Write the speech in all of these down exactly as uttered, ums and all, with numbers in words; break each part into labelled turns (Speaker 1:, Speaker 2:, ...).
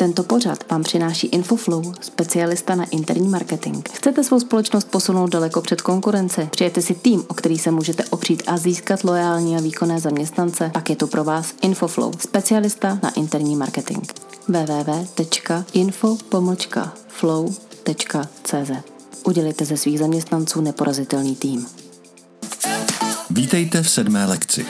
Speaker 1: Tento pořad vám přináší Infoflow, specialista na interní marketing. Chcete svou společnost posunout daleko před konkurenci? Přijete si tým, o který se můžete opřít a získat loajální a výkonné zaměstnance? Pak je tu pro vás Infoflow, specialista na interní marketing. w w w tečka info pomlčka flow tečka c z. Udělejte ze svých zaměstnanců neporazitelný tým.
Speaker 2: Vítejte v sedmé lekci.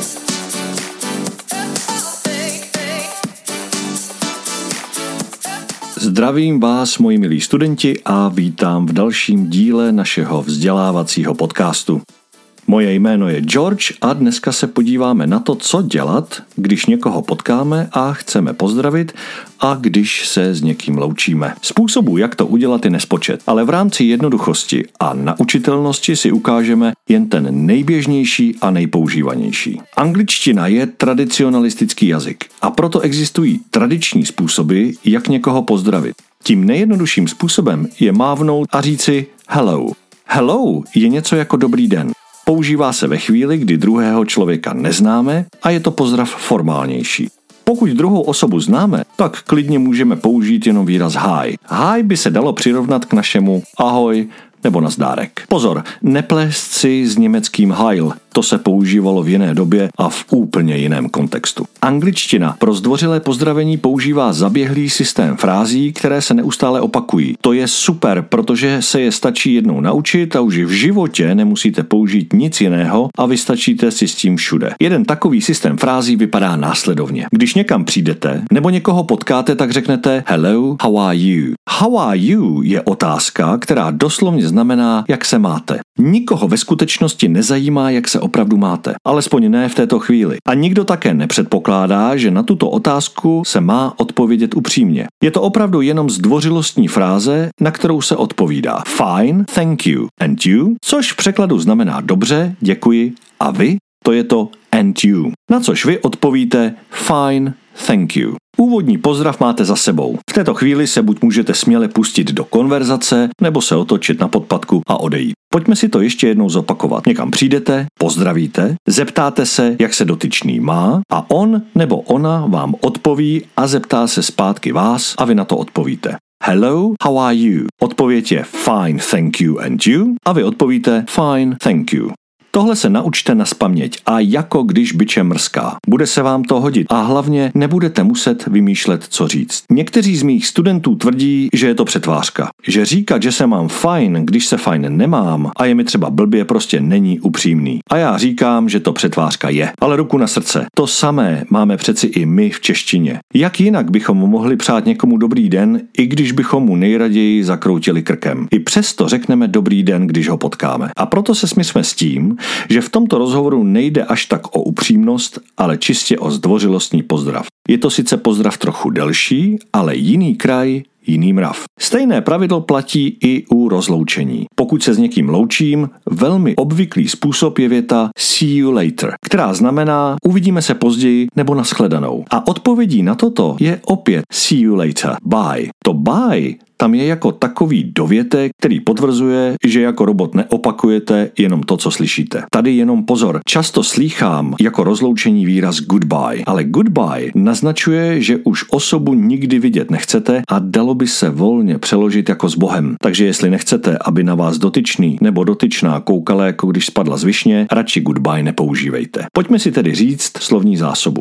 Speaker 2: Zdravím vás, moji milí studenti, a vítám v dalším díle našeho vzdělávacího podcastu. Moje jméno je George a dneska se podíváme na to, co dělat, když někoho potkáme a chceme pozdravit a když se s někým loučíme. Způsobů, jak to udělat, je nespočet, ale v rámci jednoduchosti a naučitelnosti si ukážeme jen ten nejběžnější a nejpoužívanější. Angličtina je tradicionalistický jazyk a proto existují tradiční způsoby, jak někoho pozdravit. Tím nejjednodušším způsobem je mávnout a říci hello. Hello je něco jako dobrý den. Používá se ve chvíli, kdy druhého člověka neznáme a je to pozdrav formálnější. Pokud druhou osobu známe, tak klidně můžeme použít jenom výraz hi. Hi by se dalo přirovnat k našemu ahoj nebo nazdárek. Pozor, neplést si s německým heil. To se používalo v jiné době a v úplně jiném kontextu. Angličtina pro zdvořilé pozdravení používá zaběhlý systém frází, které se neustále opakují. To je super, protože se je stačí jednou naučit a už v životě nemusíte použít nic jiného a vystačíte si s tím všude. Jeden takový systém frází vypadá následovně. Když někam přijdete nebo někoho potkáte, tak řeknete hello, how are you? How are you je otázka, která doslovně znamená, jak se máte. Nikoho ve skutečnosti nezajímá, jak se opravdu máte. Alespoň ne v této chvíli. A nikdo také nepředpokládá, že na tuto otázku se má odpovědět upřímně. Je to opravdu jenom zdvořilostní fráze, na kterou se odpovídá fine, thank you, and you, což v překladu znamená dobře, děkuji, a vy, to je to and you. Na což vy odpovíte fine, thank you. Úvodní pozdrav máte za sebou. V této chvíli se buď můžete směle pustit do konverzace, nebo se otočit na podpatku a odejít. Pojďme si to ještě jednou zopakovat. Někam přijdete, pozdravíte, zeptáte se, jak se dotyčný má, a on nebo ona vám odpoví a zeptá se zpátky vás a vy na to odpovíte. Hello, how are you? Odpověď je fine, thank you, and you, a vy odpovíte fine, thank you. Tohle se naučte nazpaměť a jako když biče mrská. Bude se vám to hodit a hlavně nebudete muset vymýšlet, co říct. Někteří z mých studentů tvrdí, že je to přetvářka. Že říkat, že se mám fajn, když se fajn nemám a je mi třeba blbě, prostě není upřímný. A já říkám, že to přetvářka je. Ale ruku na srdce, to samé máme přeci i my v češtině. Jak jinak bychom mohli přát někomu dobrý den, i když bychom mu nejraději zakroutili krkem. I přesto řekneme dobrý den, když ho potkáme. A proto se smiřme s tím, že v tomto rozhovoru nejde až tak o upřímnost, ale čistě o zdvořilostní pozdrav. Je to sice pozdrav trochu delší, ale jiný kraj, jiný mrav. Stejné pravidlo platí i u rozloučení. Pokud se s někým loučím, velmi obvyklý způsob je věta see you later, která znamená uvidíme se později nebo nashledanou. A odpovědí na toto je opět see you later, bye. To bye tam je jako takový dovětek, který potvrzuje, že jako robot neopakujete jenom to, co slyšíte. Tady jenom pozor, často slýchám jako rozloučení výraz goodbye, ale goodbye naznačuje, že už osobu nikdy vidět nechcete a dalo by se volně přeložit jako s Bohem. Takže jestli nechcete, aby na vás dotyčný nebo dotyčná koukala, jako když spadla z višně, radši goodbye nepoužívejte. Pojďme si tedy říct slovní zásobu.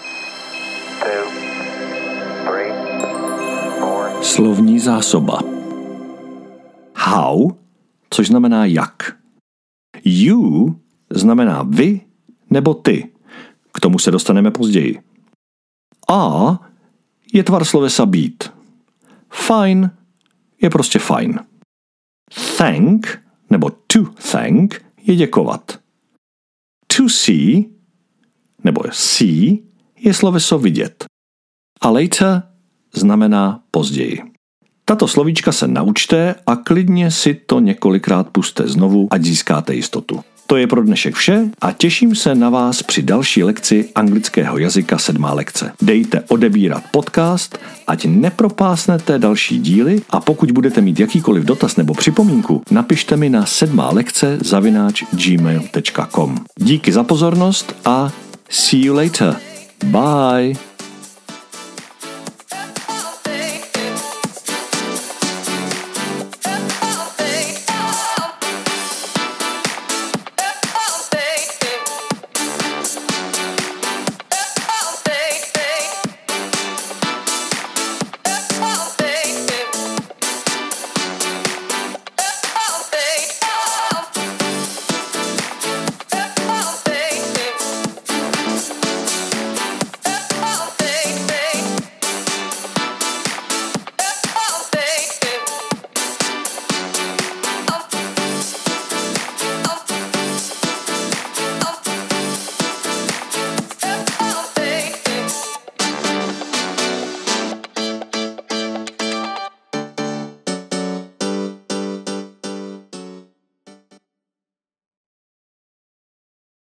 Speaker 2: Slovní zásoba. How, což znamená jak. You znamená vy nebo ty. K tomu se dostaneme později. A je tvar slovesa být. Fine je prostě fajn. Thank nebo to thank je děkovat. To see nebo see je sloveso vidět. A later znamená později. Tato slovíčka se naučte a klidně si to několikrát puste znovu, ať získáte jistotu. To je pro dnešek vše a těším se na vás při další lekci anglického jazyka sedmá lekce. Dejte odebírat podcast, ať nepropásnete další díly, a pokud budete mít jakýkoliv dotaz nebo připomínku, napište mi na sedmá lekce zavináč gmail tečka com. Díky za pozornost a see you later. Bye.